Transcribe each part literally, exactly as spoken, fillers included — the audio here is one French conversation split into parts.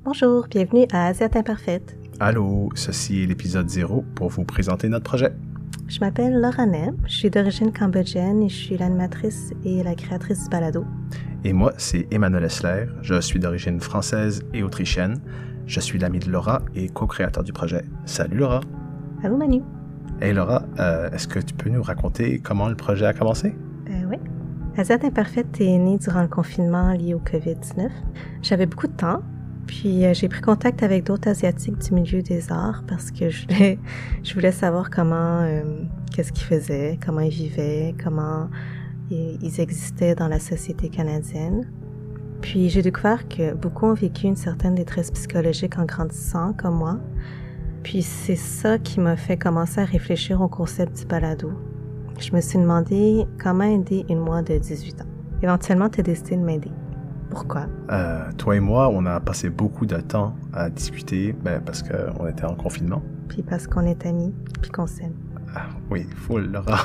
Bonjour, bienvenue à Asiate Imparfaite. Allô, ceci est l'épisode zéro pour vous présenter notre projet. Je m'appelle Laura Neb, je suis d'origine cambodgienne et je suis l'animatrice et la créatrice du balado. Et moi, c'est Emmanuel Esler, je suis d'origine française et autrichienne. Je suis l'ami de Laura et co-créateur du projet. Salut Laura! Allô Manu! Hey Laura, euh, est-ce que tu peux nous raconter comment le projet a commencé? Euh, oui. Asiate Imparfaite est née durant le confinement lié au covid dix-neuf. J'avais beaucoup de temps, puis euh, j'ai pris contact avec d'autres Asiatiques du milieu des arts parce que je voulais, je voulais savoir comment, euh, qu'est-ce qu'ils faisaient, comment ils vivaient, comment ils, ils existaient dans la société canadienne. Puis j'ai découvert que beaucoup ont vécu une certaine détresse psychologique en grandissant, comme moi. Puis c'est ça qui m'a fait commencer à réfléchir au concept du balado. Je me suis demandé comment aider une moi de dix-huit ans. Éventuellement, tu as décidé de m'aider. Pourquoi? Euh, toi et moi, on a passé beaucoup de temps à discuter, ben, parce qu'on était en confinement. Puis parce qu'on est amis, puis qu'on s'aime. Ah, oui, full, Laura.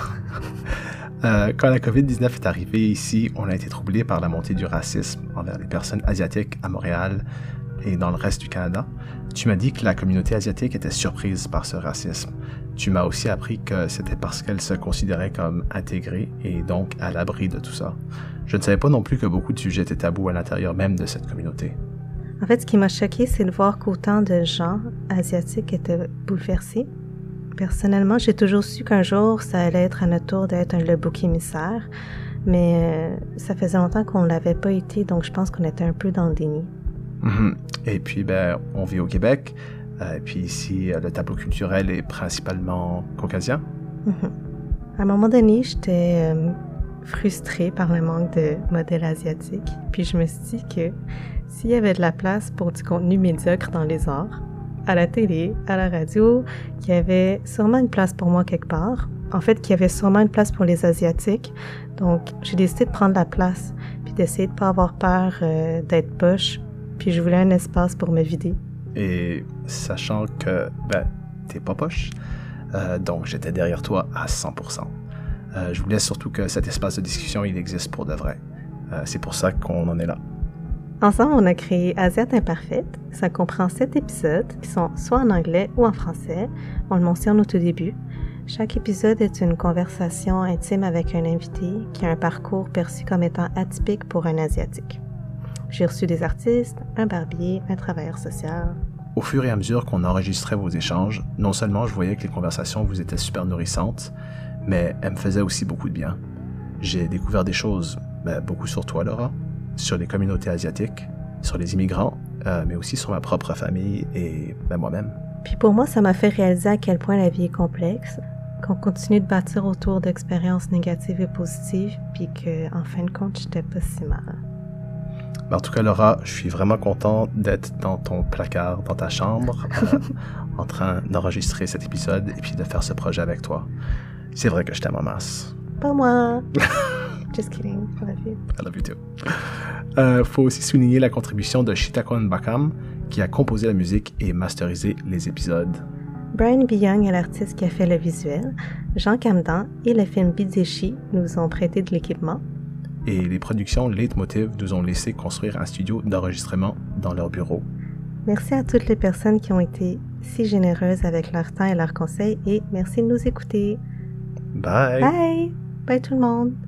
euh, quand la covid dix-neuf est arrivée ici, on a été troublés par la montée du racisme envers les personnes asiatiques à Montréal et dans le reste du Canada. Tu m'as dit que la communauté asiatique était surprise par ce racisme. Tu m'as aussi appris que c'était parce qu'elle se considérait comme intégrée et donc à l'abri de tout ça. Je ne savais pas non plus que beaucoup de sujets étaient tabous à l'intérieur même de cette communauté. En fait, ce qui m'a choqué, c'est de voir qu'autant de gens asiatiques étaient bouleversés. Personnellement, j'ai toujours su qu'un jour, ça allait être à notre tour d'être un le bouc émissaire, mais euh, ça faisait longtemps qu'on ne l'avait pas été, donc je pense qu'on était un peu dans le déni. Mm-hmm. Et puis, ben, on vit au Québec, euh, et puis ici, le tableau culturel est principalement caucasien. Mm-hmm. À un moment donné, j'étais euh, frustrée par le manque de modèles asiatiques, puis je me suis dit que s'il y avait de la place pour du contenu médiocre dans les arts, à la télé, à la radio, qu'il y avait sûrement une place pour moi quelque part. En fait, qu'il y avait sûrement une place pour les Asiatiques. Donc, j'ai décidé de prendre la place, puis d'essayer de ne pas avoir peur euh, d'être poche. Puis je voulais un espace pour me vider. Et sachant que, ben, t'es pas poche, euh, donc j'étais derrière toi à cent pour cent. Euh, je voulais surtout que cet espace de discussion, il existe pour de vrai. Euh, c'est pour ça qu'on en est là. Ensemble, on a créé Asiate Imparfaite. Ça comprend sept épisodes qui sont soit en anglais ou en français. On le mentionne au tout début. Chaque épisode est une conversation intime avec un invité qui a un parcours perçu comme étant atypique pour un Asiatique. J'ai reçu des artistes, un barbier, un travailleur social. Au fur et à mesure qu'on enregistrait vos échanges, non seulement je voyais que les conversations vous étaient super nourrissantes, mais elles me faisaient aussi beaucoup de bien. J'ai découvert des choses, ben, beaucoup sur toi, Laura, sur les communautés asiatiques, sur les immigrants, euh, mais aussi sur ma propre famille et ben, moi-même. Puis pour moi, ça m'a fait réaliser à quel point la vie est complexe, qu'on continue de bâtir autour d'expériences négatives et positives, puis qu'en fin de compte, j'étais pas si mal. En tout cas, Laura, je suis vraiment content d'être dans ton placard, dans ta chambre, euh, en train d'enregistrer cet épisode et puis de faire ce projet avec toi. C'est vrai que je t'aime en masse. Pas moi! Just kidding, I love you. I love you too. Euh, faut aussi souligner la contribution de Shitakon Bakam, qui a composé la musique et masterisé les épisodes. Brian B. Young est l'artiste qui a fait le visuel. Jean Camdan et le film Bizeshi nous ont prêté de l'équipement. Et les productions Leitmotiv nous ont laissé construire un studio d'enregistrement dans leur bureau. Merci à toutes les personnes qui ont été si généreuses avec leur temps et leurs conseils et merci de nous écouter. Bye! Bye! Bye tout le monde!